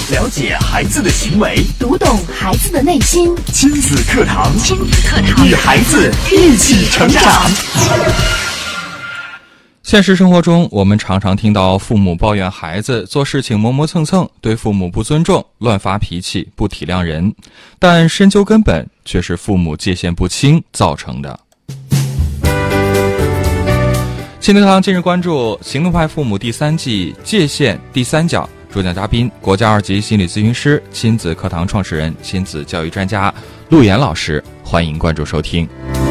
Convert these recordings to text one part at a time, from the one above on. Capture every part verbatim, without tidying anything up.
了解孩子的行为， 读懂孩子的内心。 亲子课堂， 亲子课堂， 与孩子一起成长。 现实生活中，我们常常听到父母抱怨孩子做事情磨磨蹭蹭，对父母不尊重，乱发脾气，不体谅人，但深究根本却是父母界限不清造成的。亲子课堂今日关注行动派父母第三季界限第三讲，主讲嘉宾国家二级心理咨询师、亲子课堂创始人、亲子教育专家陆岩老师，欢迎关注收听。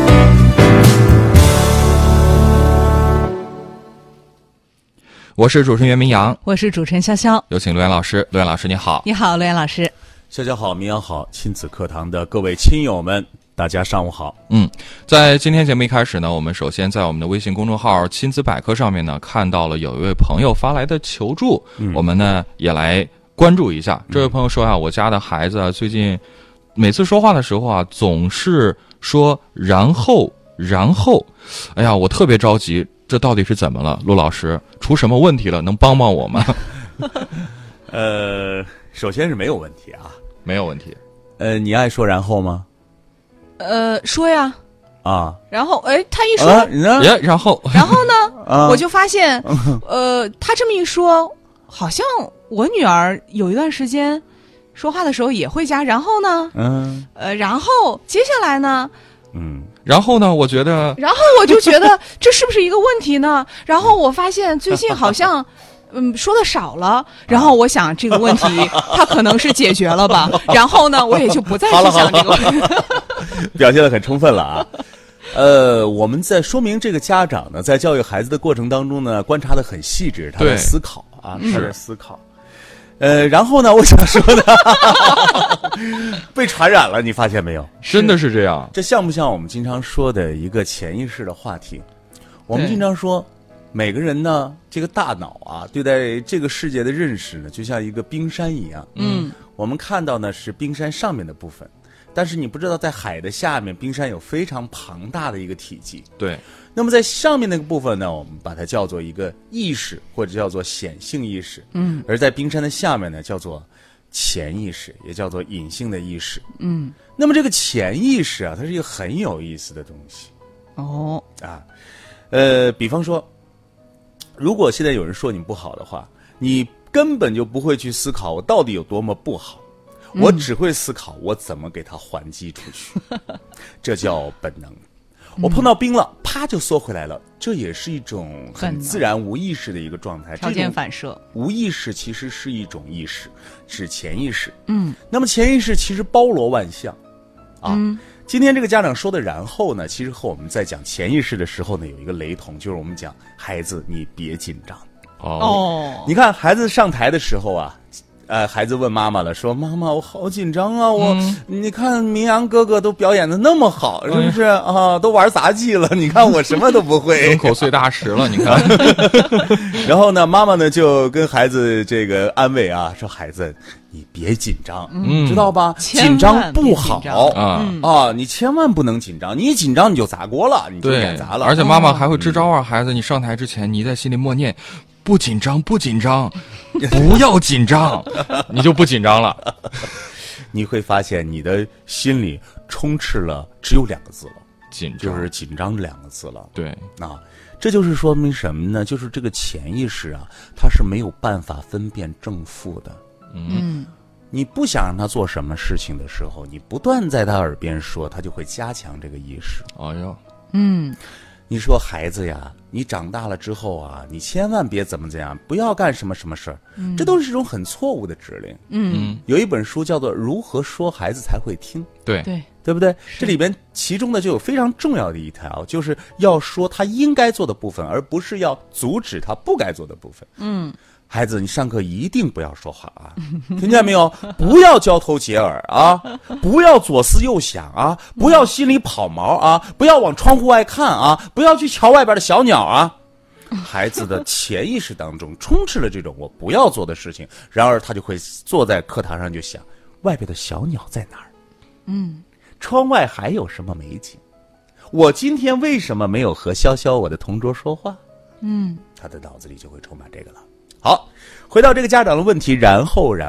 我是主持人袁明阳， 我是主持人潇潇， 有请陆岩老师。陆岩老师你好。 你好，陆岩老师。 潇潇好，明阳好，亲子课堂的各位亲友们，大家上午好。 嗯，在今天节目一开始呢，我们首先在我们的微信公众号亲子百科上面呢，看到了有一位朋友发来的求助，嗯、我们呢也来关注一下。这位朋友说啊，我家的孩子啊，最近每次说话的时候啊，总是说然后然后，哎呀，我特别着急，这到底是怎么了？陆老师出什么问题了？能帮帮我吗？ 呃，首先是没有问题啊， 没有问题。 呃，你爱说然后吗？ 呃，说呀。 啊， 然后哎，他一说， 啊、呢也然后， 然后呢， 啊、 我就发现，呃，他这么一说，好像我女儿有一段时间说话的时候也会加然后呢， 嗯， 呃，然后接下来呢， 嗯。 然后呢，我觉得， 然后我就觉得这是不是一个问题呢？然后我发现最近好像，嗯，说的少了。然后我想这个问题它可能是解决了吧。然后呢，我也就不再去想这个问题。 表现得很充分了啊。呃，我们在说明这个家长呢，在教育孩子的过程当中呢，观察得很细致，他在思考啊，他在思考。呃，然后呢，我想说呢，被传染了，你发现没有？ 真的是这样。 这像不像我们经常说的一个潜意识的话题？我们经常说，每个人呢，这个大脑啊，对待这个世界的认识呢，就像一个冰山一样。 嗯， 我们看到呢是冰山上面的部分，但是你不知道在海的下面，冰山有非常庞大的一个体积。 对。 那么在上面那个部分呢，我们把它叫做一个意识，或者叫做显性意识。 嗯。 而在冰山的下面呢，叫做潜意识，也叫做隐性的意识。 嗯。 那么这个潜意识啊，它是一个很有意思的东西。 哦。 啊，呃，比方说，如果现在有人说你不好的话，你根本就不会去思考我到底有多么不好，嗯、我只会思考我怎么给它还击出去，这叫本能。我碰到冰了，啪就缩回来了，这也是一种很自然无意识的一个状态。 条件反射。 无意识其实是一种意识，是潜意识。 嗯。 那么潜意识其实包罗万象，啊。 嗯。 今天这个家长说的然后呢，其实和我们在讲潜意识的时候呢有一个雷同，就是我们讲孩子你别紧张。 哦。 你看孩子上台的时候啊。呃，孩子问妈妈了，说妈妈，我好紧张啊！我、嗯、你看明阳哥哥都表演的那么好，是不是、嗯、啊？都玩杂技了，你看我什么都不会， 人口碎大石了，你看。 然后呢，妈妈呢就跟孩子这个安慰啊，说孩子你别紧张，嗯，知道吧？紧张不好啊、 嗯、啊！你千万不能紧张，你一紧张你就砸锅了，你就改砸了。 而且妈妈还会支招啊，嗯、孩子，你上台之前你在心里默念。不紧张，不紧张，不要紧张，你就不紧张了。 你会发现你的心里充斥了只有两个字了， 紧张， 就是紧张这两个字了。 对， 啊，这就是说明什么呢？就是这个潜意识啊，它是没有办法分辨正负的。 嗯， 你不想让他做什么事情的时候，你不断在他耳边说，他就会加强这个意识。 哎呦， 嗯。 你说孩子呀，你长大了之后啊，你千万别怎么怎样，不要干什么什么事儿、嗯，这都是一种很错误的指令。 嗯， 有一本书叫做《如何说孩子才会听》， 对对对不对？这里边其中呢就有非常重要的一条，就是要说他应该做的部分，而不是要阻止他不该做的部分。 嗯。 孩子，你上课一定不要说话啊，听见没有？不要交头接耳啊，不要左思右想啊，不要心里跑毛啊，不要往窗户外看啊，不要去瞧外边的小鸟啊。孩子的潜意识当中充斥了这种我不要做的事情，然而他就会坐在课堂上就想，外边的小鸟在哪儿？ 嗯， 窗外还有什么美景？我今天为什么没有和潇潇我的同桌说话？ 嗯， 他的脑子里就会充满这个了。好，回到这个家长的问题，然后然后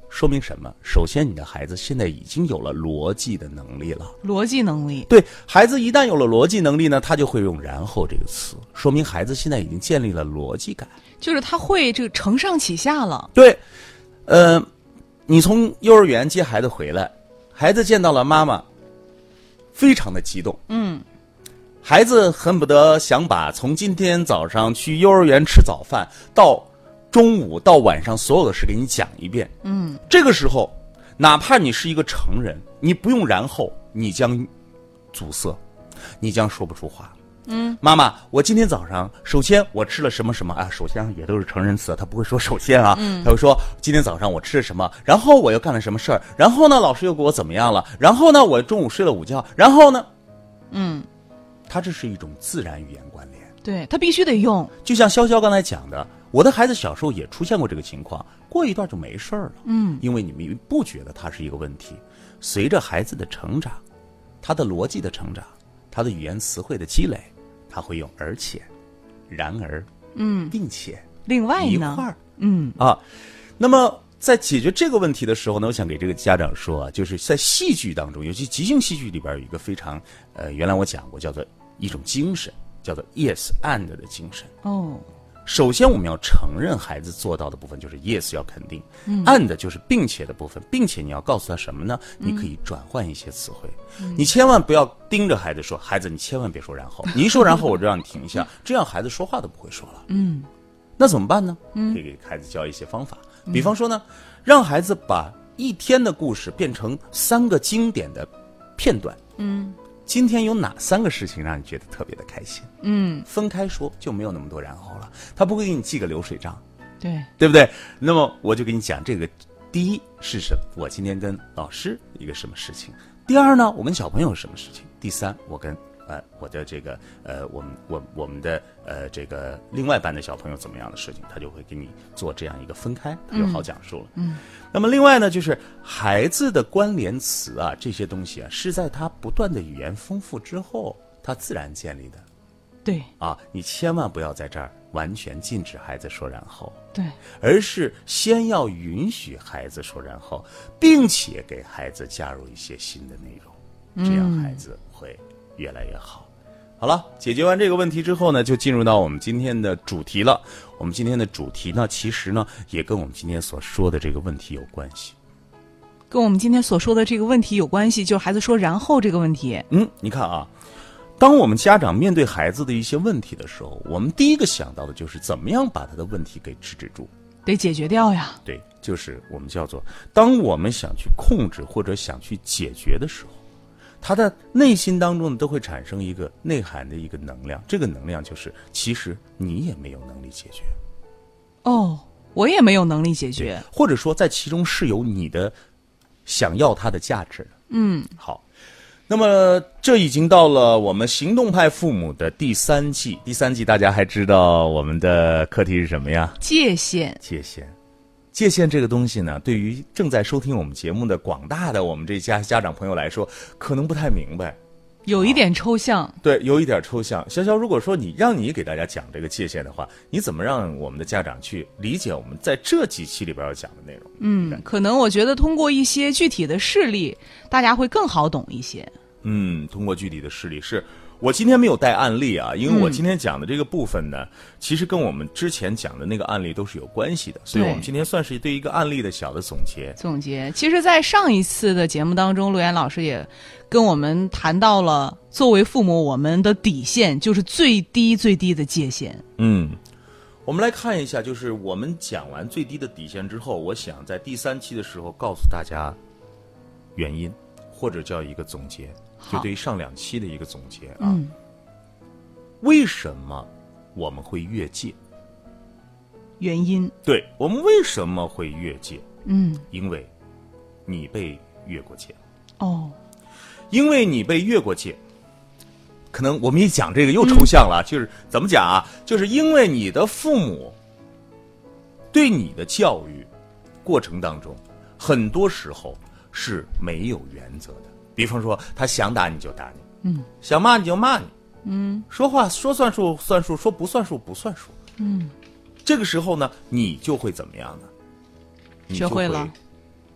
说明什么？首先，你的孩子现在已经有了逻辑的能力了。 逻辑能力， 对，孩子一旦有了逻辑能力呢，他就会用然后这个词，说明孩子现在已经建立了逻辑感。 就是他会这个承上启下了。 对，呃，你从幼儿园接孩子回来，孩子见到了妈妈，非常的激动。 嗯， 孩子恨不得想把从今天早上去幼儿园吃早饭到中午到晚上所有的事给你讲一遍。 嗯， 这个时候，哪怕你是一个成人，你不用然后，你将阻塞，你将说不出话。嗯，妈妈，我今天早上首先我吃了什么什么啊？首先也都是成人词，他不会说首先啊，嗯、他会说今天早上我吃了什么，然后我又干了什么事儿，然后呢，老师又给我怎么样了，然后呢，我中午睡了午觉，然后呢， 嗯， 他这是一种自然语言关联， 对他必须得用。 就像潇潇刚才讲的，我的孩子小时候也出现过这个情况，过一段就没事儿了， 嗯， 因为你们不觉得它是一个问题。随着孩子的成长，他的逻辑的成长，他的语言词汇的积累。他会用而且、然而、 嗯， 并且， 另外呢， 一块儿， 嗯啊。那么在解决这个问题的时候呢，我想给这个家长说啊，就是在戏剧当中，尤其即兴戏剧里边有一个非常呃，原来我讲过，叫做一种精神，叫做 yes and 的精神。 哦， 首先我们要承认孩子做到的部分就是 yes 要肯定，嗯 and 就是并且的部分，并且你要告诉他什么呢？你可以转换一些词汇，嗯、你千万不要盯着孩子说，孩子你千万别说然后，你一说然后我就让你停一下，这样孩子说话都不会说了。 嗯， 那怎么办呢？可以给孩子教一些方法，嗯、比方说呢，让孩子把一天的故事变成三个经典的片段。嗯。今天有哪三个事情让你觉得特别的开心？嗯，分开说就没有那么多然后了，他不会给你记个流水账， 对对不对？那么我就给你讲这个，第一是什么？我今天跟老师一个什么事情？第二呢，我跟小朋友什么事情？第三，我跟呃我的这个呃我们我我们的呃这个另外班的小朋友怎么样的事情，他就会给你做这样一个分开，他就好讲述了。嗯。嗯那么另外呢，就是孩子的关联词啊，这些东西啊，是在他不断的语言丰富之后，他自然建立的。 对啊，你千万不要在这儿完全禁止孩子说然后， 对， 而是先要允许孩子说然后，并且给孩子加入一些新的内容，这样孩子会越来越好。好了，解决完这个问题之后呢，就进入到我们今天的主题了。我们今天的主题呢，其实呢，也跟我们今天所说的这个问题有关系。 跟我们今天所说的这个问题有关系，就是孩子说然后这个问题。 嗯，你看啊，当我们家长面对孩子的一些问题的时候，我们第一个想到的就是怎么样把他的问题给制止住， 得解决掉呀。 对，就是我们叫做，当我们想去控制或者想去解决的时候，他的内心当中都会产生一个内涵的一个能量，这个能量就是其实你也没有能力解决。 哦，我也没有能力解决， 或者说在其中是有你的想要它的价值的。 嗯， 好，那么这已经到了我们行动派父母的第三季。第三季大家还知道我们的课题是什么呀？ 界限。 界限。界限这个东西呢，对于正在收听我们节目的广大的我们这家家长朋友来说，可能不太明白， 有一点抽象。啊、 对，有一点抽象。潇潇，如果说你让你给大家讲这个界限的话，你怎么让我们的家长去理解我们在这几期里边要讲的内容？ 嗯，可能我觉得通过一些具体的事例，大家会更好懂一些。 嗯，通过具体的事例是。我今天没有带案例啊，因为我今天讲的这个部分呢，嗯、其实跟我们之前讲的那个案例都是有关系的，所以我们今天算是对一个案例的小的总结。 总结，其实，在上一次的节目当中，陆岩老师也跟我们谈到了，作为父母，我们的底线就是最低最低的界限。 嗯，我们来看一下，就是我们讲完最低的底线之后，我想在第三期的时候告诉大家原因，或者叫一个总结。就对于上两期的一个总结啊，嗯、为什么我们会越界？ 原因， 对，我们为什么会越界？ 嗯， 因为你被越过界。 哦， 因为你被越过界，可能我们一讲这个又抽象了，嗯、就是怎么讲啊？就是因为你的父母对你的教育过程当中，很多时候是没有原则的。比方说，他想打你就打你， 嗯， 想骂你就骂你， 嗯， 说话说算数算数，说不算数不算数， 嗯， 这个时候呢，你就会怎么样呢？ 学会了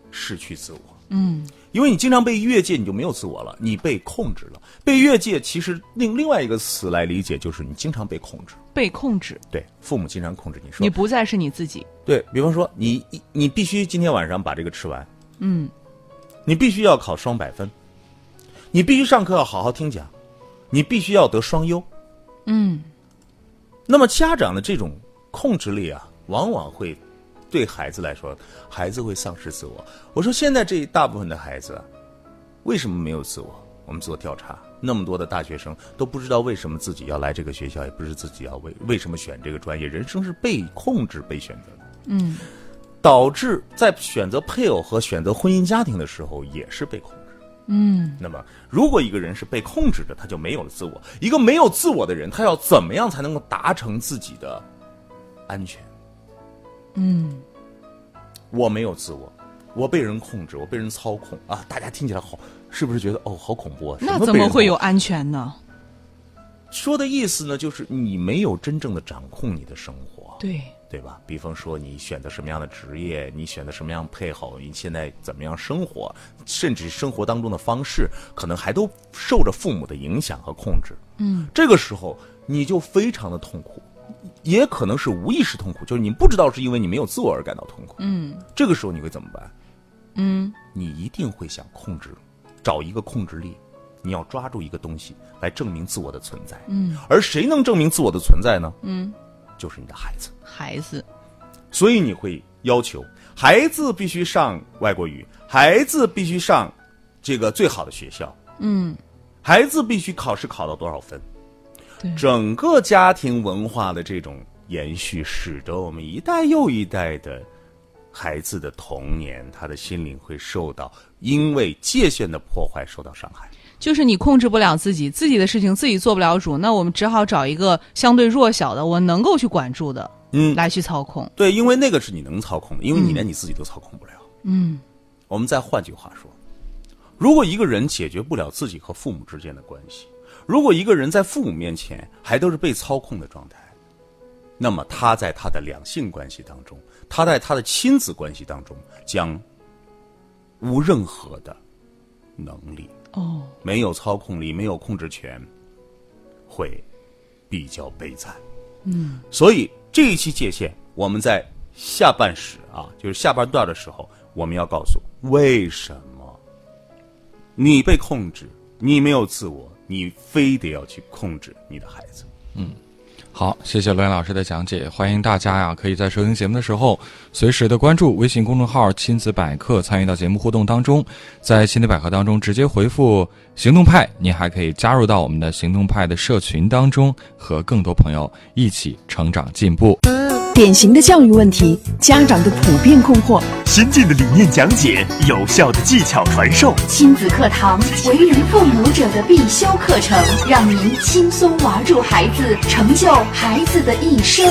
失去自我。 嗯， 因为你经常被越界，你就没有自我了，你被控制了。被越界其实另另外一个词来理解，就是你经常被控制。 被控制， 对，父母经常控制你说， 你不再是你自己。 对，比方说你你必须今天晚上把这个吃完， 嗯， 你必须要考双百分，你必须上课要好好听讲，你必须要得双优。 嗯， 那么家长的这种控制力啊，往往会对孩子来说，孩子会丧失自我。我说现在这一大部分的孩子为什么没有自我？我们做调查，那么多的大学生都不知道为什么自己要来这个学校，也不是自己要为为什么选这个专业，人生是被控制被选择的。 嗯， 导致在选择配偶和选择婚姻家庭的时候也是被控制。 嗯， 那么如果一个人是被控制的，他就没有了自我。一个没有自我的人，他要怎么样才能够达成自己的安全？ 嗯， 我没有自我，我被人控制，我被人操控啊！大家听起来好，是不是觉得哦，好恐怖啊？ 那怎么会有安全呢？ 说的意思呢，就是你没有真正的掌控你的生活， 对对吧？比方说你选择什么样的职业，你选择什么样的配偶，你现在怎么样生活，甚至生活当中的方式，可能还都受着父母的影响和控制。 嗯， 这个时候你就非常的痛苦。也可能是无意识痛苦，就是你不知道是因为你没有自我而感到痛苦。 嗯， 这个时候你会怎么办？ 嗯， 你一定会想控制，找一个控制力，你要抓住一个东西来证明自我的存在。 嗯， 而谁能证明自我的存在呢？ 嗯， 就是你的孩子。 孩子， 所以你会要求孩子必须上外国语，孩子必须上这个最好的学校。 嗯， 孩子必须考试考到多少分？ 对， 整个家庭文化的这种延续，使得我们一代又一代的孩子的童年，他的心灵会受到因为界限的破坏受到伤害。 就是你控制不了自己，自己的事情自己做不了主，那我们只好找一个相对弱小的，我能够去管住的， 嗯， 来去操控。 对，因为那个是你能操控的，因为你连你自己都操控不了。 嗯， 我们再换句话说，如果一个人解决不了自己和父母之间的关系，如果一个人在父母面前还都是被操控的状态，那么他在他的两性关系当中，他在他的亲子关系当中将无任何的能力， 哦， 没有操控力，没有控制权，会比较悲惨。 嗯， 所以这一期界限，我们在下半时啊，就是下半段的时候，我们要告诉为什么你被控制，你没有自我，你非得要去控制你的孩子。 嗯，好，谢谢罗岩老师的讲解。欢迎大家呀，可以在收听节目的时候，随时的关注微信公众号亲子百科，参与到节目互动当中。在亲子百科当中直接回复行动派，你还可以加入到我们的行动派的社群当中，和更多朋友一起成长进步。 典型的教育问题，家长的普遍困惑， 先进的理念讲解，有效的技巧传授， 亲子课堂，为人父母者的必修课程，让您轻松娃住孩子，成就孩子的一生。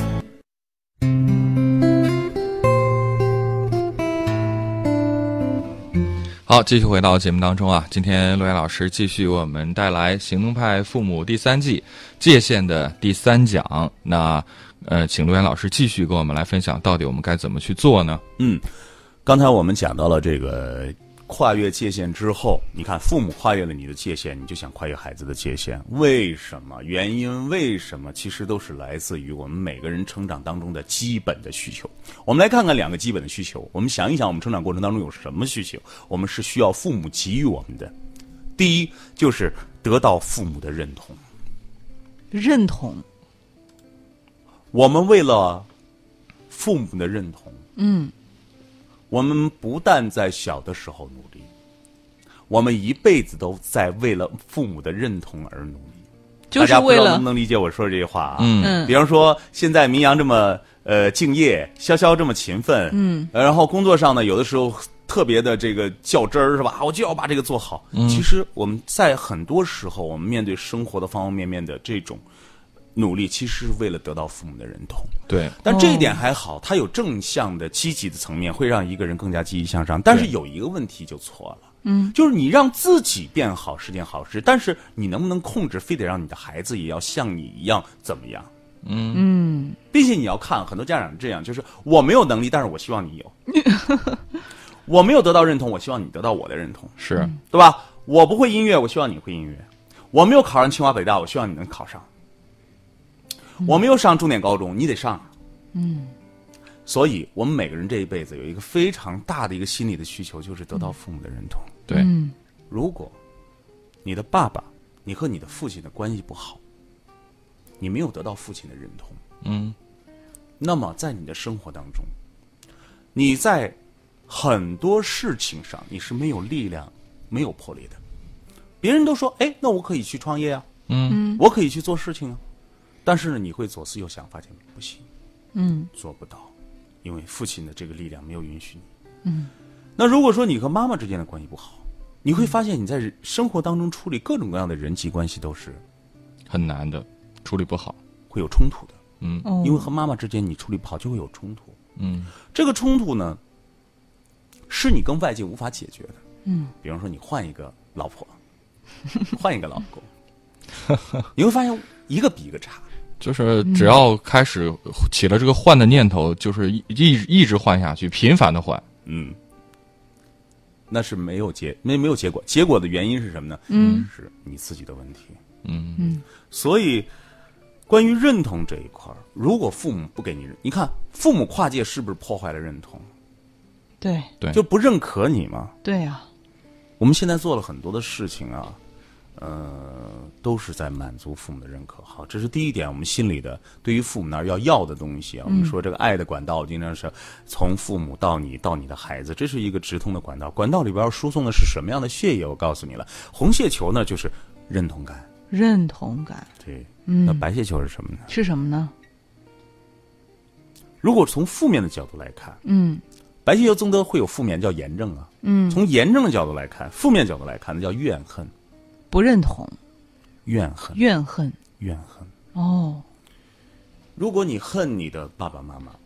好，继续回到节目当中啊，今天罗岩老师继续为我们带来行动派父母第三季界限的第三讲。那呃，请罗岩老师继续跟我们来分享，到底我们该怎么去做呢？ 嗯，刚才我们讲到了这个跨越界限之后，你看父母跨越了你的界限，你就想跨越孩子的界限，为什么？原因为什么？其实都是来自于我们每个人成长当中的基本的需求。我们来看看两个基本的需求，我们想一想，我们成长过程当中有什么需求，我们是需要父母给予我们的。第一，就是得到父母的认同。 认同。 我们为了父母的认同， 嗯， 我们不但在小的时候努力，我们一辈子都在为了父母的认同而努力。 就是为了， 大家不知道能不能理解我说的这些话啊？ 嗯， 比方说现在明阳这么呃敬业，潇潇这么勤奋， 嗯， 然后工作上呢，有的时候特别的这个较真儿，是吧？我就要把这个做好。 嗯， 其实我们在很多时候，我们面对生活的方方面面的这种努力，其实是为了得到父母的认同。 对， 但这一点还好，它有正向的积极的层面，会让一个人更加积极向上。但是有一个问题就错了，嗯，就是你让自己变好是件好事，但是你能不能控制，非得让你的孩子也要像你一样怎么样？ 嗯嗯， 并且你要看很多家长这样，就是我没有能力，但是我希望你有。 我没有得到认同，我希望你得到我的认同， 是， 对吧？我不会音乐，我希望你会音乐。我没有考上清华北大，我希望你能考上。我没有上重点高中，你得上。 嗯， 所以我们每个人这一辈子有一个非常大的一个心理的需求，就是得到父母的认同。 对， 嗯如果你的爸爸，你和你的父亲的关系不好，你没有得到父亲的认同， 嗯， 那么在你的生活当中，你在很多事情上你是没有力量、没有魄力的。别人都说，哎，那我可以去创业啊， 嗯， 我可以去做事情啊，但是呢，你会左思右想，发现不行， 嗯， 做不到，因为父亲的这个力量没有允许你。 嗯， 那如果说你和妈妈之间的关系不好，你会发现你在生活当中处理各种各样的人际关系都是很难的，处理不好。 会有冲突的。 嗯哦因为和妈妈之间你处理不好就会有冲突。 嗯这个冲突呢，是你跟外界无法解决的。 嗯， 比方说你换一个老婆，换一个老公，你会发现一个比一个差。 就是只要开始起了这个换的念头，就是一一一直换下去，频繁的换。 嗯，那是没有结没没有结果。结果的原因是什么呢？ 嗯， 是你自己的问题。 嗯嗯， 所以，关于认同这一块儿，如果父母不给你认，你看父母跨界是不是破坏了认同？ 对对， 就不认可你嘛。 对呀、 我们现在做了很多的事情啊，呃，都是在满足父母的认可。好，这是第一点，我们心里的对于父母那儿要要的东西啊。我们说这个爱的管道，经常是从父母到你到你的孩子，这是一个直通的管道。管道里边输送的是什么样的血液？我告诉你了，红血球呢就是认同感， 认同感对， 嗯那白血球是什么呢？ 是什么呢？ 如果从负面的角度来看， 嗯白血球增多会有负面，叫炎症啊。 嗯， 从炎症的角度来看，负面角度来看，那叫怨恨， 不认同， 怨恨， 怨恨。 怨恨。 哦， 如果你恨你的爸爸妈妈，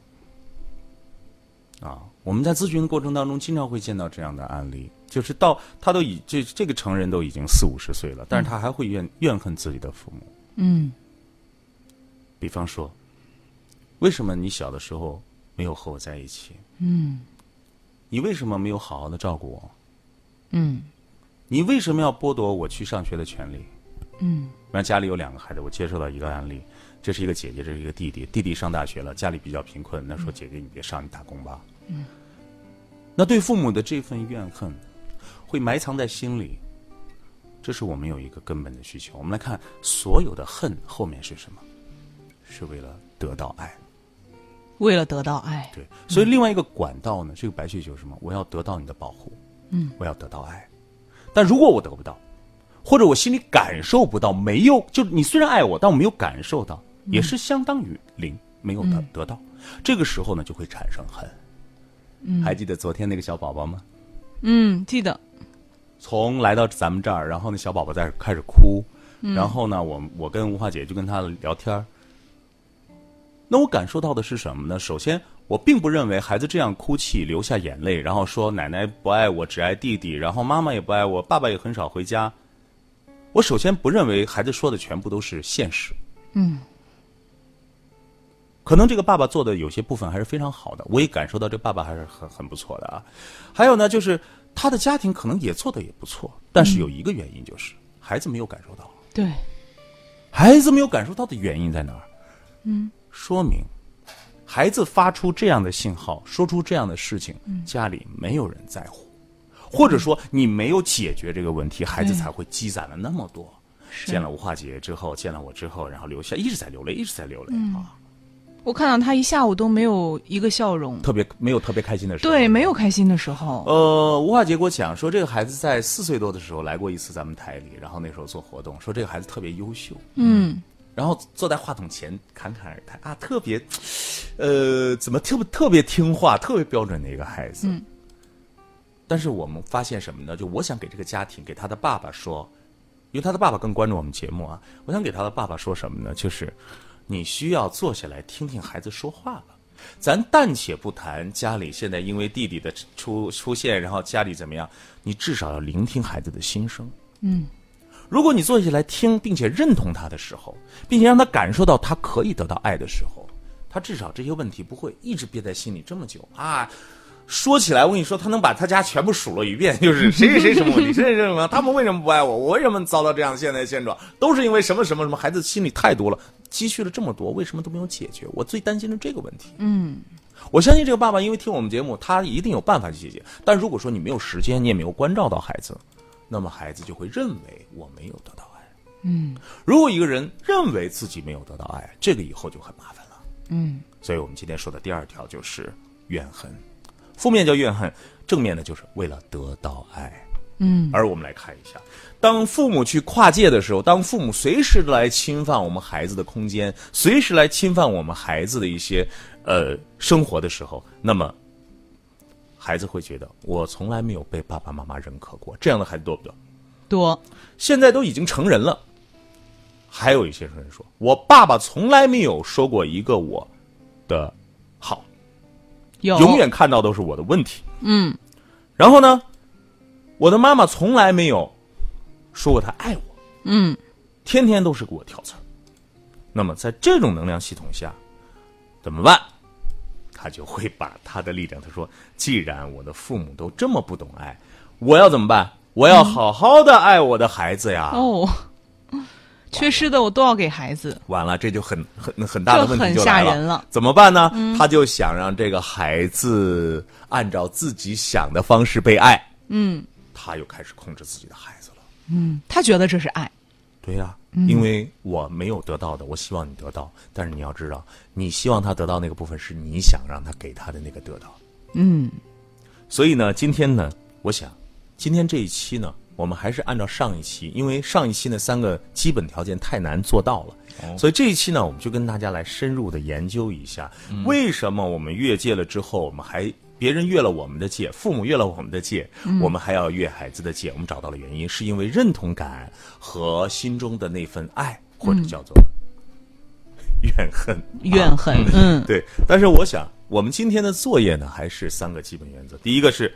啊，我们在咨询的过程当中经常会见到这样的案例，就是到他都已这这个成人都已经四五十岁了，但是他还会怨怨恨自己的父母。 嗯比方说，为什么你小的时候没有和我在一起？ 嗯你为什么没有好好的照顾我？ 嗯你为什么要剥夺我去上学的权利？ 嗯然后家里有两个孩子，我接受到一个案例，这是一个姐姐，这是一个弟弟。弟弟上大学了，家里比较贫困，那说姐姐你别上，你打工吧。嗯，那对父母的这份怨恨，会埋藏在心里。这是我们有一个根本的需求。我们来看，所有的恨后面是什么？是为了得到爱。 为了得到爱。 对，所以另外一个管道呢，这个白血球是什么？我要得到你的保护， 嗯， 我要得到爱。但如果我得不到，或者我心里感受不到，没有，就是你虽然爱我，但我没有感受到，也是相当于零，没有得、 嗯、 得到。这个时候呢，就会产生恨。嗯，还记得昨天那个小宝宝吗？ 嗯，记得。 从来到咱们这儿，然后那小宝宝在开始哭，嗯、然后呢，我我跟吴化姐就跟他聊天。那我感受到的是什么呢？首先，我并不认为孩子这样哭泣、流下眼泪，然后说奶奶不爱我，只爱弟弟，然后妈妈也不爱我，爸爸也很少回家。我首先不认为孩子说的全部都是现实。 嗯， 可能这个爸爸做的有些部分还是非常好的，我也感受到这个爸爸还是很很不错的啊。还有呢，就是他的家庭可能也做的也不错，但是有一个原因就是、嗯、孩子没有感受到。 对， 孩子没有感受到的原因在哪儿？ 嗯。 说明孩子发出这样的信号，说出这样的事情、嗯、家里没有人在乎，或者说你没有解决这个问题、嗯、孩子才会积攒了那么多。见了吴化姐之后，见了我之后，然后留下一直在流泪，一直在流泪、嗯、啊！ 我看到他一下午都没有一个笑容， 特别没有特别开心的时候。 对，没有开心的时候。 呃，吴化姐给我讲说，这个孩子在四岁多的时候来过一次咱们台里，然后那时候做活动，说这个孩子特别优秀。 嗯。 然后坐在话筒前侃侃而谈啊，特别，呃，怎么特别特别听话、特别标准的一个孩子。嗯。但是我们发现什么呢？就我想给这个家庭，给他的爸爸说，因为他的爸爸更关注我们节目啊，我想给他的爸爸说什么呢？就是你需要坐下来听听孩子说话了。咱暂且不谈家里现在因为弟弟的出出现，然后家里怎么样，你至少要聆听孩子的心声。嗯。如果你坐下来听，并且认同他的时候，并且让他感受到他可以得到爱的时候，他至少这些问题不会一直憋在心里这么久啊。 说起来，我跟你说，他能把他家全部数落一遍，就是谁谁谁什么问题，谁谁谁什么，他们为什么不爱我，我为什么遭到这样现在的现状，都是因为什么什么什么。孩子心里太多了，积蓄了这么多，为什么都没有解决？我最担心的这个问题。 嗯， 我相信这个爸爸因为听我们节目，他一定有办法去解决。但如果说你没有时间，你也没有关照到孩子，那么孩子就会认为我没有得到爱。 嗯， 如果一个人认为自己没有得到爱，这个以后就很麻烦了。 嗯， 所以我们今天说的第二条就是怨恨。负面叫怨恨，正面的就是为了得到爱。 嗯， 而我们来看一下，当父母去跨界的时候，当父母随时来侵犯我们孩子的空间，随时来侵犯我们孩子的一些呃生活的时候，那么孩子会觉得我从来没有被爸爸妈妈认可过。这样的孩子多不多？ 多。 现在都已经成人了，还有一些人说，我爸爸从来没有说过一个我的好。 有永远看到都是我的问题。 嗯， 然后呢，我的妈妈从来没有说过她爱我。 嗯， 天天都是给我挑刺儿。那么在这种能量系统下怎么办？他就会把他的力量，他说既然我的父母都这么不懂爱，我要怎么办？我要好好的爱我的孩子呀。 哦，缺失的我都要给孩子。 完了，这就很很很大的问题就来了。 这很吓人了。 怎么办呢？ 嗯、 他就想让这个孩子按照自己想的方式被爱。 嗯， 他又开始控制自己的孩子了。 嗯，他觉得这是爱。 对呀、啊嗯，因为我没有得到的，我希望你得到。但是你要知道，你希望他得到那个部分，是你想让他给他的那个得到。 嗯， 所以呢，今天呢，我想，今天这一期呢。我们还是按照上一期，因为上一期那三个基本条件太难做到了，哦、所以这一期呢，我们就跟大家来深入的研究一下，嗯、为什么我们越界了之后，我们还别人越了我们的界，父母越了我们的界，嗯、我们还要越孩子的界。我们找到了原因，是因为认同感和心中的那份爱，或者叫做怨恨。 怨恨，啊、嗯， 对。但是我想，我们今天的作业呢，还是三个基本原则。第一个是。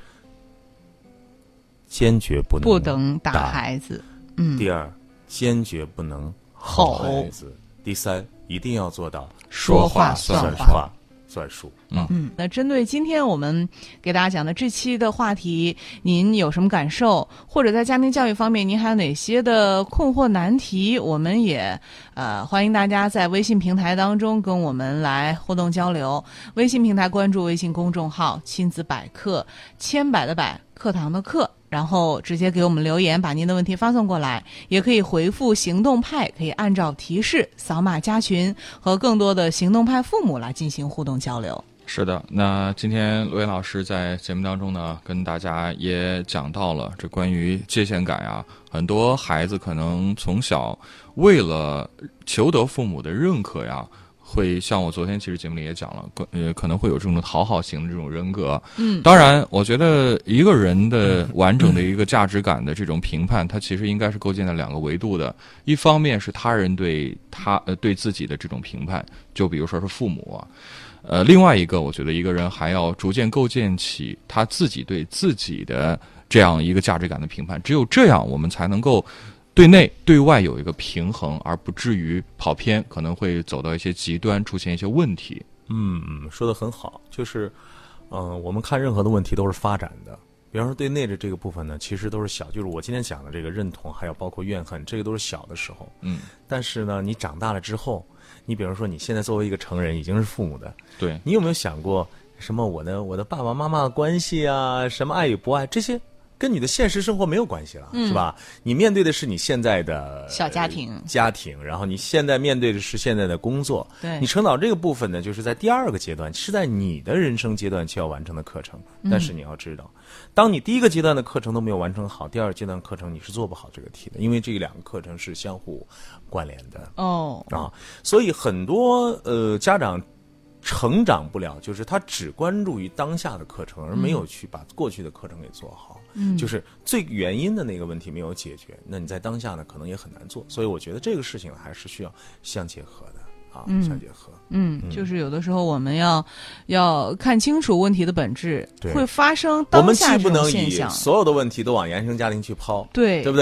坚决不能不能打孩子，嗯。 第二，坚决不能吼孩子。第三，一定要做到说话算话算数。 嗯嗯。那针对今天我们给大家讲的这期的话题，您有什么感受？或者在家庭教育方面，您还有哪些的困惑难题？我们也呃欢迎大家在微信平台当中跟我们来互动交流。微信平台关注微信公众号“亲子百科”，千百的百，课堂的课。然后直接给我们留言，把您的问题发送过来，也可以回复行动派，可以按照提示扫码加群，和更多的行动派父母来进行互动交流。 是的，那今天罗岩老师在节目当中呢，跟大家也讲到了这关于界限感啊，很多孩子可能从小为了求得父母的认可呀，会像我昨天其实节目里也讲了，呃，可能会有这种讨好型的这种人格。嗯，当然，我觉得一个人的完整的一个价值感的这种评判，它其实应该是构建在两个维度的。一方面是他人对他呃对自己的这种评判，就比如说是父母啊。呃，另外一个，我觉得一个人还要逐渐构建起他自己对自己的这样一个价值感的评判。只有这样，我们才能够对内对外有一个平衡，而不至于跑偏，可能会走到一些极端，出现一些问题。 嗯，说得很好，就是，嗯、呃，我们看任何的问题都是发展的。比方说对内的这个部分呢，其实都是小，就是我今天讲的这个认同，还有包括怨恨，这个都是小的时候。嗯，但是呢，你长大了之后，你比如说你现在作为一个成人，已经是父母的， 对， 你有没有想过什么我的我的爸爸妈妈的关系啊，什么爱与不爱这些？跟你的现实生活没有关系了，嗯、是吧？你面对的是你现在的小家庭， 呃、家庭，然后你现在面对的是现在的工作。 对， 你成长这个部分呢，就是在第二个阶段，是在你的人生阶段需要完成的课程。但是你要知道，嗯、当你第一个阶段的课程都没有完成好，第二个阶段课程你是做不好这个题的，因为这两个课程是相互关联的。 哦， 啊，所以很多呃家长成长不了，就是他只关注于当下的课程，而没有去把过去的课程给做好。嗯，就是最原因的那个问题没有解决，那你在当下呢，可能也很难做。所以我觉得这个事情还是需要相结合的啊，嗯、相结合。 嗯，嗯就是有的时候我们要要看清楚问题的本质，会发生当下这种现象。 我们既不能以所有的问题都往原生家庭去抛， 对， 对不对？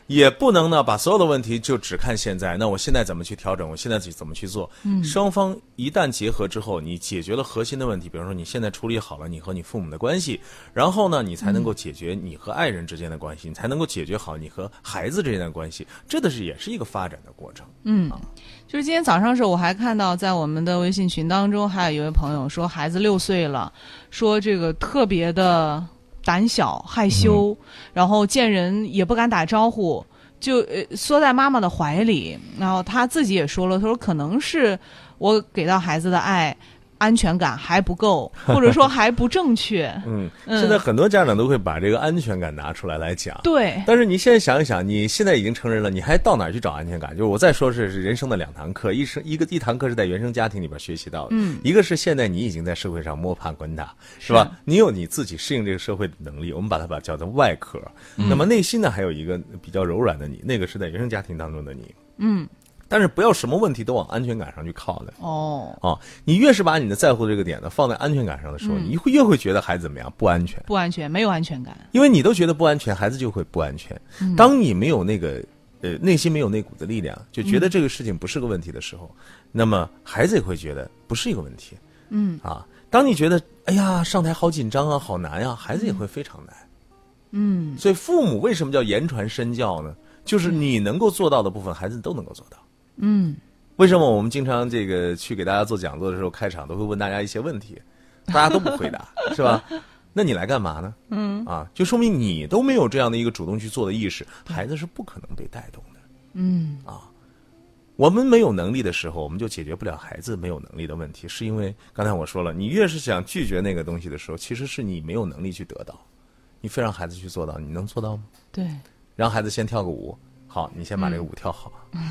也不能呢把所有的问题就只看现在。那我现在怎么去调整？我现在怎么去做？嗯，双方一旦结合之后，你解决了核心的问题，比如说你现在处理好了你和你父母的关系，然后呢，你才能够解决你和爱人之间的关系，你才能够解决好你和孩子之间的关系。这的是也是一个发展的过程。 嗯，就是今天早上的时候，我还看到在我们的微信群当中，还有一位朋友说孩子六岁了，说这个特别的胆小害羞，嗯、然后见人也不敢打招呼，就呃缩在妈妈的怀里。然后他自己也说了，他说可能是我给到孩子的爱安全感还不够，或者说还不正确。 嗯，现在很多家长都会把这个安全感拿出来来讲。 对。 但是你现在想一想，你现在已经成人了，你还到哪儿去找安全感？就是我再说是是人生的两堂课，一生一个一堂课是在原生家庭里边学习到的，嗯，一个是现在你已经在社会上摸爬滚打，是吧？是你有你自己适应这个社会的能力，我们把它把它叫做外壳。嗯、那么内心呢，还有一个比较柔软的你，那个是在原生家庭当中的你。嗯。但是不要什么问题都往安全感上去靠的哦啊！你越是把你的在乎这个点呢放在安全感上的时候，嗯、你会越会觉得孩子怎么样？不安全， 不安全，没有安全感。 因为你都觉得不安全，孩子就会不安全。嗯、当你没有那个呃内心没有那股子力量，就觉得这个事情不是个问题的时候，嗯、那么孩子也会觉得不是一个问题。嗯啊，当你觉得哎呀上台好紧张啊，好难啊，孩子也会非常难。嗯，所以父母为什么叫言传身教呢？就是你能够做到的部分，孩子都能够做到。嗯，为什么我们经常这个去给大家做讲座的时候，开场都会问大家一些问题，大家都不回答，是吧？那你来干嘛呢？嗯，啊，就说明你都没有这样的一个主动去做的意识，孩子是不可能被带动的。嗯，啊，我们没有能力的时候，我们就解决不了孩子没有能力的问题，是因为刚才我说了，你越是想拒绝那个东西的时候，其实是你没有能力去得到，你非让孩子去做到，你能做到吗？ 对， 让孩子先跳个舞。好，你先把这个舞跳好。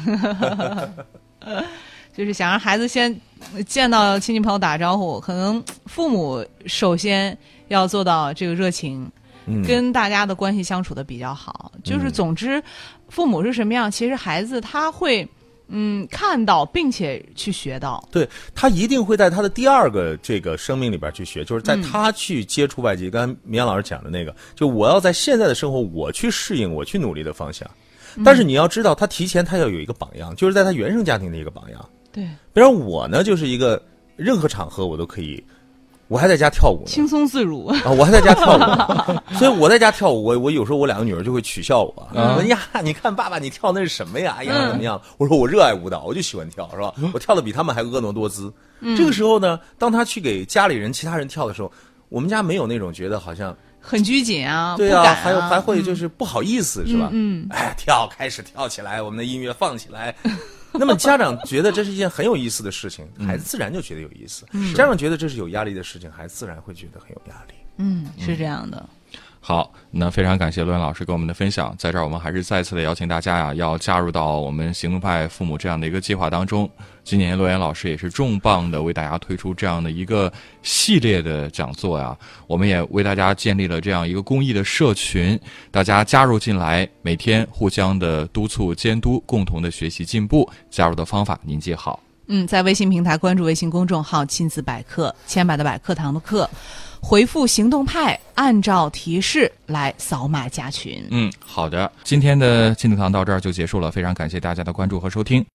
嗯、就是想让孩子先见到亲戚朋友打招呼，可能父母首先要做到这个热情，嗯、跟大家的关系相处的比较好。就是总之，父母是什么样，其实孩子他会嗯看到并且去学到。 对，他一定会在他的第二个这个生命里边去学，就是在他去接触外界。嗯、刚才明阳老师讲的那个，就我要在现在的生活，我去适应，我去努力的方向。但是你要知道，他提前他要有一个榜样，就是在他原生家庭的一个榜样。 对， 比如我呢，就是一个任何场合我都可以，我还在家跳舞呢， 轻松自如啊！我还在家跳舞，所以我在家跳舞，我我有时候我两个女儿就会取笑我，嗯、说呀，你看爸爸你跳那是什么呀？哎呀怎么样？嗯、我说我热爱舞蹈，我就喜欢跳，是吧？我跳的比他们还婀娜多姿。嗯、这个时候呢，当他去给家里人、其他人跳的时候，我们家没有那种觉得好像。 很拘谨啊， 对啊， 还有还会就是不好意思， 嗯、 是吧？ 嗯， 哎，跳开始跳起来，我们的音乐放起来。那么家长觉得这是一件很有意思的事情，嗯、孩子自然就觉得有意思。嗯、家长觉得这是有压力的事情，孩子自然会觉得很有压力。 嗯，是这样的。 好，那非常感谢陆岩老师给我们的分享。在这儿，我们还是再次的邀请大家呀，要加入到我们行动派父母这样的一个计划当中。今年陆岩老师也是重磅的为大家推出这样的一个系列的讲座呀，我们也为大家建立了这样一个公益的社群，大家加入进来，每天互相的督促监督，共同的学习进步。加入的方法您记好。 嗯，在微信平台关注微信公众号亲子百科，千百的百课堂的课，回复行动派，按照提示来扫码加群。 嗯，好的，今天的亲子堂到这儿就结束了，非常感谢大家的关注和收听。